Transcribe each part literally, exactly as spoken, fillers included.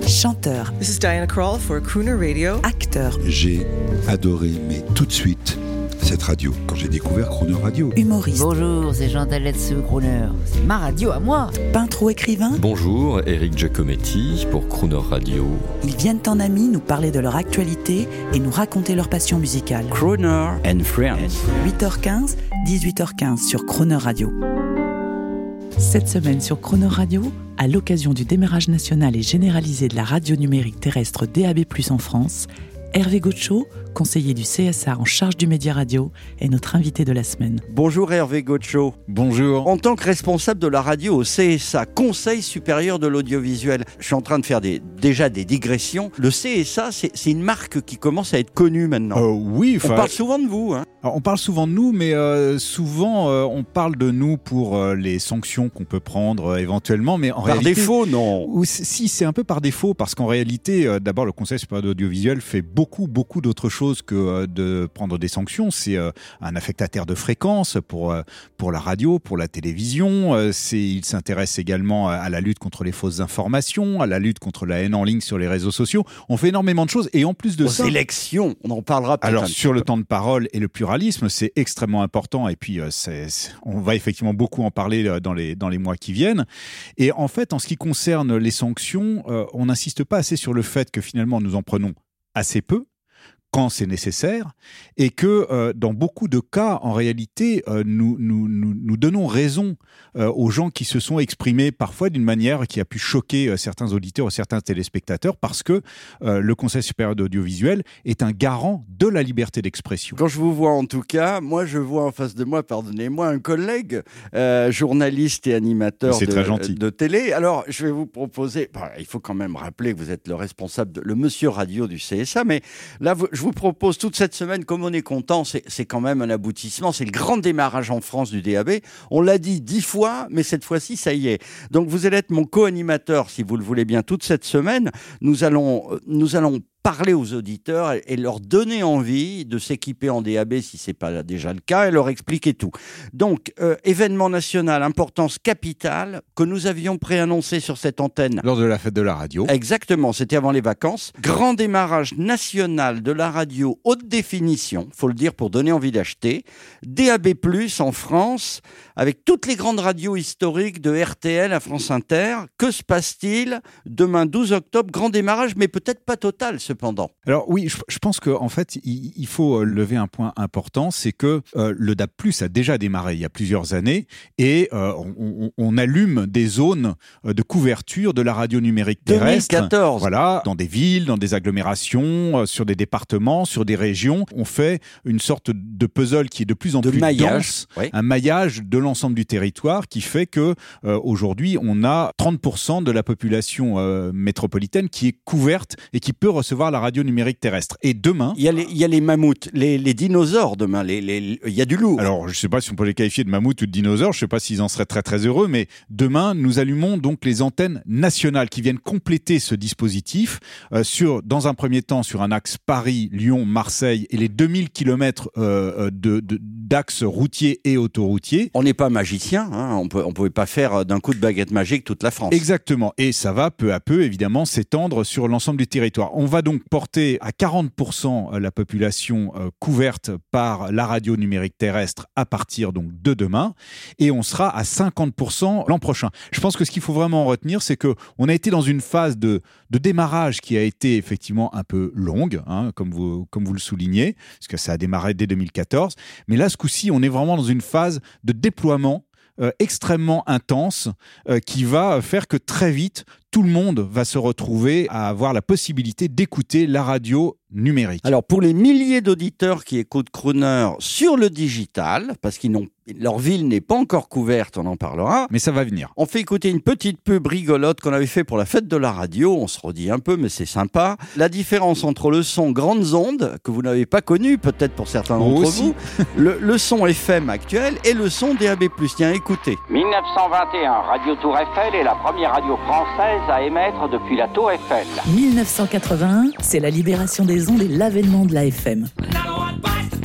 Chanteur. This is Diana Krall for Crooner Radio. Acteur. J'ai adoré, mais tout de suite, cette radio, quand j'ai découvert Crooner Radio. Humoriste. Bonjour, c'est Jean Daletsu, Crooner. C'est ma radio à moi. Peintre ou écrivain. Bonjour, Eric Giacometti pour Crooner Radio. Ils viennent en amis nous parler de leur actualité et nous raconter leur passion musicale. Crooner and Friends. huit heures quinze, dix-huit heures quinze sur Crooner Radio. Cette semaine sur Crooner Radio, à l'occasion du démarrage national et généralisé de la radio numérique terrestre D A B plus, en France, Hervé Gaucho, conseiller du C S A en charge du média radio, est notre invité de la semaine. Bonjour Hervé Gaucho. Bonjour. En tant que responsable de la radio au C S A, Conseil supérieur de l'audiovisuel, je suis en train de faire des, déjà des digressions. Le C S A, c'est, c'est une marque qui commence à être connue maintenant. Euh, oui. On parle souvent de vous. Hein. Alors, on parle souvent de nous, mais euh, souvent euh, on parle de nous pour euh, les sanctions qu'on peut prendre euh, éventuellement. Mais en par réalité, défaut, non. Ou, si, c'est un peu par défaut, parce qu'en réalité, euh, d'abord, le Conseil supérieur de l'audiovisuel fait beaucoup, beaucoup d'autres choses que euh, de prendre des sanctions. C'est euh, un affectataire de fréquence pour, euh, pour la radio, pour la télévision. Euh, c'est, il s'intéresse également à la lutte contre les fausses informations, à la lutte contre la haine en ligne sur les réseaux sociaux. On fait énormément de choses. Et en plus de Aux ça... Aux élections, on en parlera peut-être. Alors, sur le temps de parole et le pluralisme, c'est extrêmement important. Et puis, euh, c'est, c'est, on va effectivement beaucoup en parler euh, dans les, dans les mois qui viennent. Et en fait, en ce qui concerne les sanctions, euh, on n'insiste pas assez sur le fait que finalement, nous en prenons assez peu quand c'est nécessaire, et que euh, dans beaucoup de cas, en réalité, euh, nous, nous, nous, nous donnons raison euh, aux gens qui se sont exprimés parfois d'une manière qui a pu choquer euh, certains auditeurs ou certains téléspectateurs, parce que euh, le Conseil supérieur de l'audiovisuel est un garant de la liberté d'expression. Quand je vous vois en tout cas, moi je vois en face de moi, pardonnez-moi, un collègue, euh, journaliste et animateur de, de télé. Alors je vais vous proposer, bah, il faut quand même rappeler que vous êtes le responsable, de, le monsieur radio du C S A, mais là vous, je vous propose toute cette semaine, comme on est content, c'est, c'est quand même un aboutissement, c'est le grand démarrage en France du D A B. On l'a dit dix fois, mais cette fois-ci, ça y est. Donc vous allez être mon co-animateur, si vous le voulez bien, toute cette semaine. Nous allons, nous allons parler aux auditeurs et leur donner envie de s'équiper en D A B si c'est pas déjà le cas, et leur expliquer tout. Donc, euh, événement national, importance capitale, que nous avions préannoncé sur cette antenne. Lors de la fête de la radio. Exactement, c'était avant les vacances. Grand démarrage national de la radio haute définition, faut le dire pour donner envie d'acheter. D A B plus, en France, avec toutes les grandes radios historiques de R T L à France Inter. Que se passe-t-il demain douze octobre, grand démarrage, mais peut-être pas total, ce Cependant. Alors oui, je, je pense qu'en fait, il, il faut lever un point important, c'est que euh, le D A B plus, a déjà démarré il y a plusieurs années, et euh, on, on allume des zones de couverture de la radio numérique terrestre. deux mille quatorze. Voilà, dans des villes, dans des agglomérations, euh, sur des départements, sur des régions. On fait une sorte de puzzle qui est de plus en de plus maillage, dense, oui. Un maillage de l'ensemble du territoire qui fait que euh, aujourd'hui, on a trente pour cent de la population euh, métropolitaine qui est couverte et qui peut recevoir la radio numérique terrestre. Et demain... Il y a les, il y a les mammouths, les, les dinosaures demain, les, les, il y a du loup. Alors, je ne sais pas si on peut les qualifier de mammouths ou de dinosaures, je ne sais pas s'ils en seraient très très heureux, mais demain, nous allumons donc les antennes nationales qui viennent compléter ce dispositif euh, sur, dans un premier temps, sur un axe Paris, Lyon, Marseille et les deux mille kilomètres euh, de, de, d'axes routiers et autoroutiers. On n'est pas magicien, hein, on peut, on pouvait pas faire d'un coup de baguette magique toute la France. Exactement, et ça va peu à peu, évidemment, s'étendre sur l'ensemble du territoire. On va donc porter à quarante pour cent la population euh, couverte par la radio numérique terrestre à partir donc de demain, et on sera à cinquante pour cent l'an prochain. Je pense que ce qu'il faut vraiment retenir, c'est que on a été dans une phase de, de démarrage qui a été effectivement un peu longue, hein, comme vous, comme vous le soulignez, parce que ça a démarré dès deux mille quatorze, mais là, ce coup-ci, on est vraiment dans une phase de déploiement Euh, extrêmement intense euh, qui va faire que très vite, tout le monde va se retrouver à avoir la possibilité d'écouter la radio numérique. Alors, pour les milliers d'auditeurs qui écoutent Crooner sur le digital, parce qu'ils n'ont leur ville n'est pas encore couverte, on en parlera. Mais ça va venir. On fait écouter une petite pub rigolote qu'on avait fait pour la fête de la radio. On se redit un peu, mais c'est sympa. La différence entre le son grandes ondes, que vous n'avez pas connu, peut-être pour certains d'entre aussi. vous, le, le son F M actuel et le son D A B plus. Tiens, écoutez. dix-neuf cent vingt et un, Radio Tour Eiffel est la première radio française à émettre depuis la Tour Eiffel. dix-neuf cent quatre-vingt-un, c'est la libération des ondes et l'avènement de la F M.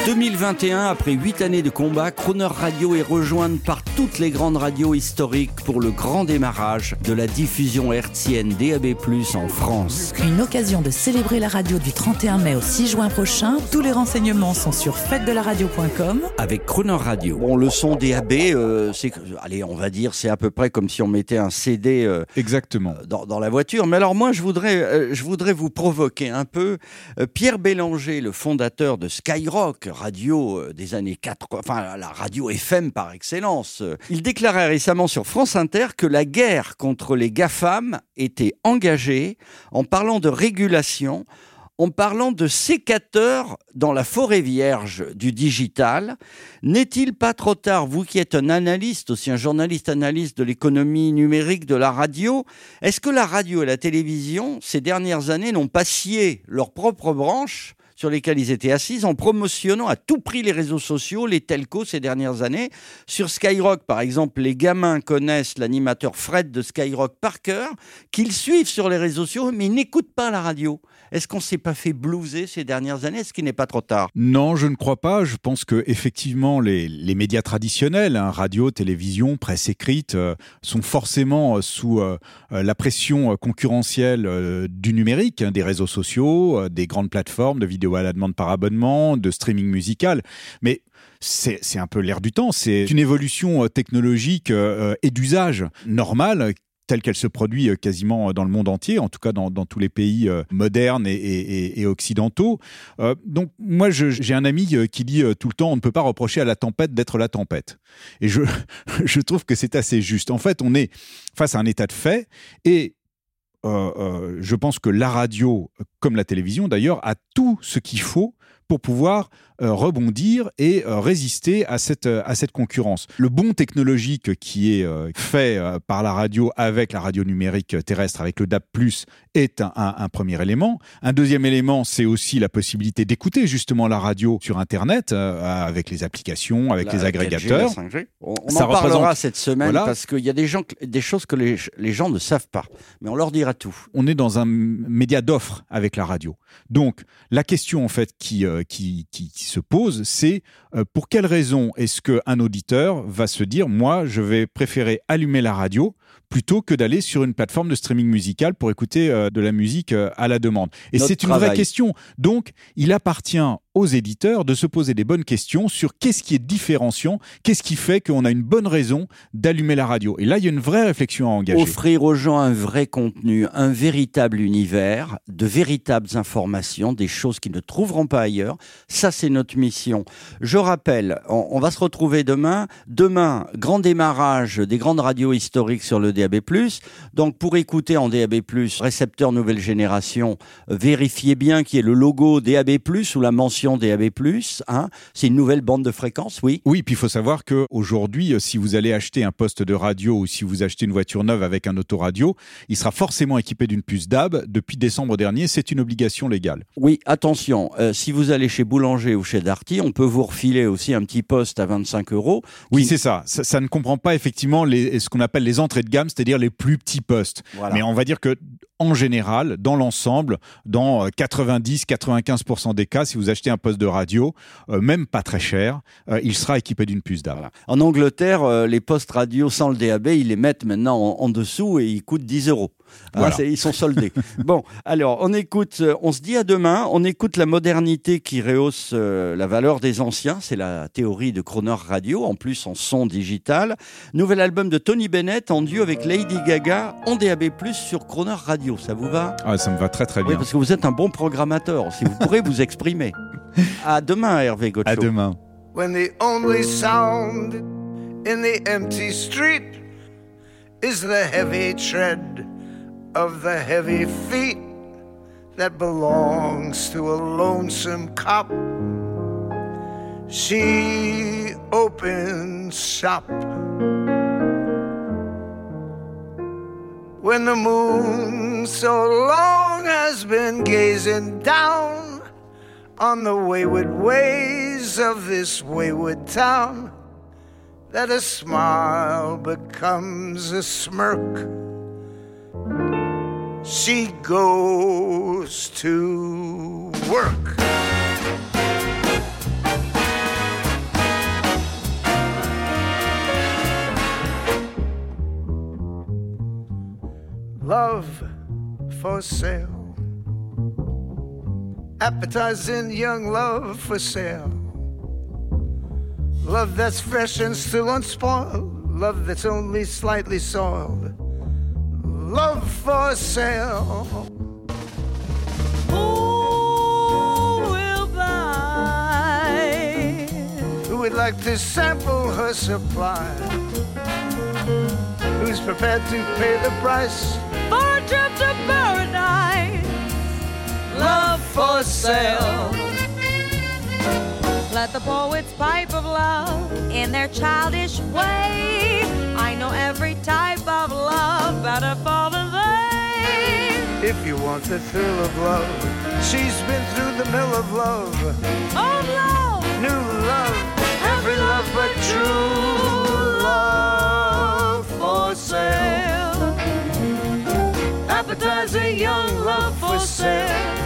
deux mille vingt et un, après huit années de combat, Croner Radio est rejointe par toutes les grandes radios historiques pour le grand démarrage de la diffusion hertzienne D A B plus, en France. Une occasion de célébrer la radio du trente et un mai au six juin prochain. Tous les renseignements sont sur fête de la radio point com. Avec Croner Radio. Bon, le son D A B, euh, c'est, allez, on va dire, c'est à peu près comme si on mettait un C D euh, Exactement. Dans, dans la voiture. Mais alors moi, je voudrais, euh, je voudrais vous provoquer un peu. Euh, Pierre Bélanger, le fondateur de Skyrock, radio euh, des années quatre, enfin la radio F M par excellence, euh, il déclarait récemment sur France Inter que la guerre contre les GAFAM était engagée en parlant de régulation, en parlant de sécateurs dans la forêt vierge du digital. N'est-il pas trop tard, vous qui êtes un analyste, aussi un journaliste analyste de l'économie numérique de la radio, est-ce que la radio et la télévision, ces dernières années, n'ont pas scié leurs propres branches sur lesquelles ils étaient assis en promotionnant à tout prix les réseaux sociaux, les telcos ces dernières années? Sur Skyrock, par exemple, les gamins connaissent l'animateur Fred de Skyrock par cœur, qu'ils suivent sur les réseaux sociaux, mais ils n'écoutent pas la radio. Est-ce qu'on ne s'est pas fait blouser ces dernières années? Est-ce qu'il n'est pas trop tard? Non, je ne crois pas. Je pense que effectivement, les, les médias traditionnels, hein, radio, télévision, presse écrite, euh, sont forcément euh, sous euh, la pression concurrentielle euh, du numérique, hein, des réseaux sociaux, euh, des grandes plateformes de vidéo à la demande par abonnement, de streaming musical. Mais c'est, c'est un peu l'air du temps. C'est une évolution technologique euh, et d'usage normale, telle qu'elle se produit quasiment dans le monde entier, en tout cas dans, dans tous les pays euh, modernes et, et, et occidentaux. Euh, donc moi, je, j'ai un ami qui dit tout le temps, on ne peut pas reprocher à la tempête d'être la tempête. Et je, je trouve que c'est assez juste. En fait, on est face à un état de fait et euh, euh, je pense que la radio, comme la télévision d'ailleurs, a tout ce qu'il faut pour pouvoir euh, rebondir et euh, résister à cette, euh, à cette concurrence. Le bond technologique qui est euh, fait euh, par la radio avec la radio numérique terrestre, avec le D A B plus, est un, un, un premier élément. Un deuxième élément, c'est aussi la possibilité d'écouter justement la radio sur Internet, euh, avec les applications, avec la, les agrégateurs. La cinq G. On, on en parlera représente... cette semaine, voilà. Parce qu'il y a des, gens, des choses que les, les gens ne savent pas, mais on leur dira tout. On est dans un média d'offre avec la radio. Donc, la question en fait qui, euh, qui, qui, qui se pose, c'est euh, pour quelle raison est-ce qu'un auditeur va se dire « moi, je vais préférer allumer la radio » plutôt que d'aller sur une plateforme de streaming musical pour écouter euh, de la musique euh, à la demande. Et Notre c'est une travail. vraie question. Donc, il appartient aux éditeurs de se poser des bonnes questions sur qu'est-ce qui est différenciant, qu'est-ce qui fait qu'on a une bonne raison d'allumer la radio. Et là, il y a une vraie réflexion à engager. Offrir aux gens un vrai contenu, un véritable univers, de véritables informations, des choses qu'ils ne trouveront pas ailleurs. Ça, c'est notre mission. Je rappelle, on, on va se retrouver demain. Demain, grand démarrage des grandes radios historiques sur le D A B plus. Donc, pour écouter en D A B plus, récepteur nouvelle génération, euh, vérifiez bien qu'il y ait le logo D A B plus ou la mention D A B plus, hein. C'est une nouvelle bande de fréquence, oui. Oui, puis il faut savoir qu'aujourd'hui, si vous allez acheter un poste de radio ou si vous achetez une voiture neuve avec un autoradio, il sera forcément équipé d'une puce D A B. Depuis décembre dernier, c'est une obligation légale. Oui, attention, euh, si vous allez chez Boulanger ou chez Darty, on peut vous refiler aussi un petit poste à vingt-cinq euros. Qui... Oui, c'est ça. ça. Ça ne comprend pas effectivement les, ce qu'on appelle les entrées de gamme, c'est-à-dire les plus petits postes. Voilà. Mais on va dire que en général, dans l'ensemble, dans quatre-vingt-dix à quatre-vingt-quinze pour cent des cas, si vous achetez un poste de radio, euh, même pas très cher, euh, il sera équipé d'une puce D A B. Voilà. En Angleterre, euh, les postes radio sans le D A B, ils les mettent maintenant en, en dessous et ils coûtent dix euros. Voilà. Ah, ils sont soldés. Bon, alors, on écoute, on se dit à demain, on écoute la modernité qui rehausse euh, la valeur des anciens, c'est la théorie de Croner Radio, en plus en son digital. Nouvel album de Tony Bennett en duo avec Lady Gaga en D A B plus, sur Croner Radio, ça vous va? Ah, ça me va très très bien. Oui, parce que vous êtes un bon programmateur, si vous pourrez vous exprimer. À demain, Hervé Gaucho. À demain. When the only sound in the empty street is the heavy tread of the heavy feet that belongs to a lonesome cop, she opens shop. When the moon so long has been gazing down on the wayward ways of this wayward town, that a smile becomes a smirk, she goes to work. love for sale. Appetizing young love for sale. Love that's fresh and still unspoiled. Love that's only slightly soiled. Love for sale. Who will buy? Who would like to sample her supply? Who's prepared to pay the price for a trip to paradise? Love for sale. Let the poets pipe of love in their childish way. I know every type of love better fall than they. If you want the thrill of love, she's been through the mill of love. Old love, new love, every love but true love for sale. Appetizing young love for sale.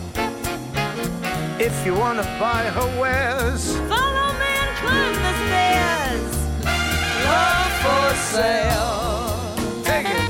If you wanna buy her wares, follow me and climb the stairs. Love for sale. Take it.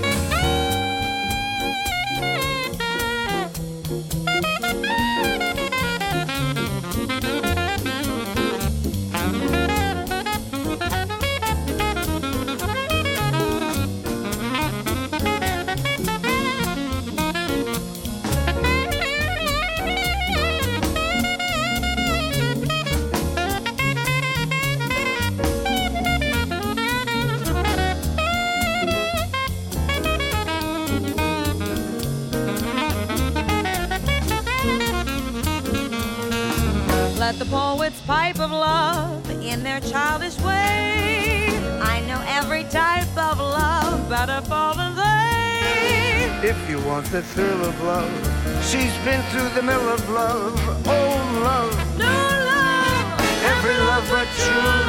Let the poets pipe of love in their childish way. I know every type of love better fall than they. If you want the thrill of love, she's been through the mill of love. Old love, new love, every love but true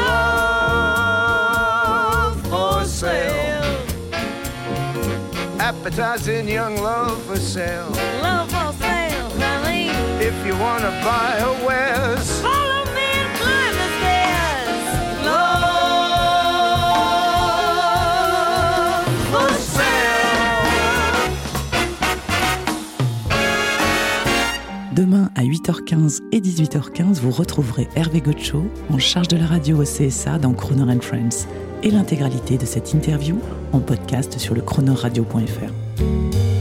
love for sale. Appetizing young love for sale. Love for sale, honey. If you wanna buy her wares, follow me and climb the stairs. Love for sale. Demain à huit heures quinze et dix-huit heures quinze, vous retrouverez Hervé Gotcho, en charge de la radio au C S A dans Crooner and Friends, et l'intégralité de cette interview en podcast sur le chronoradio point f r.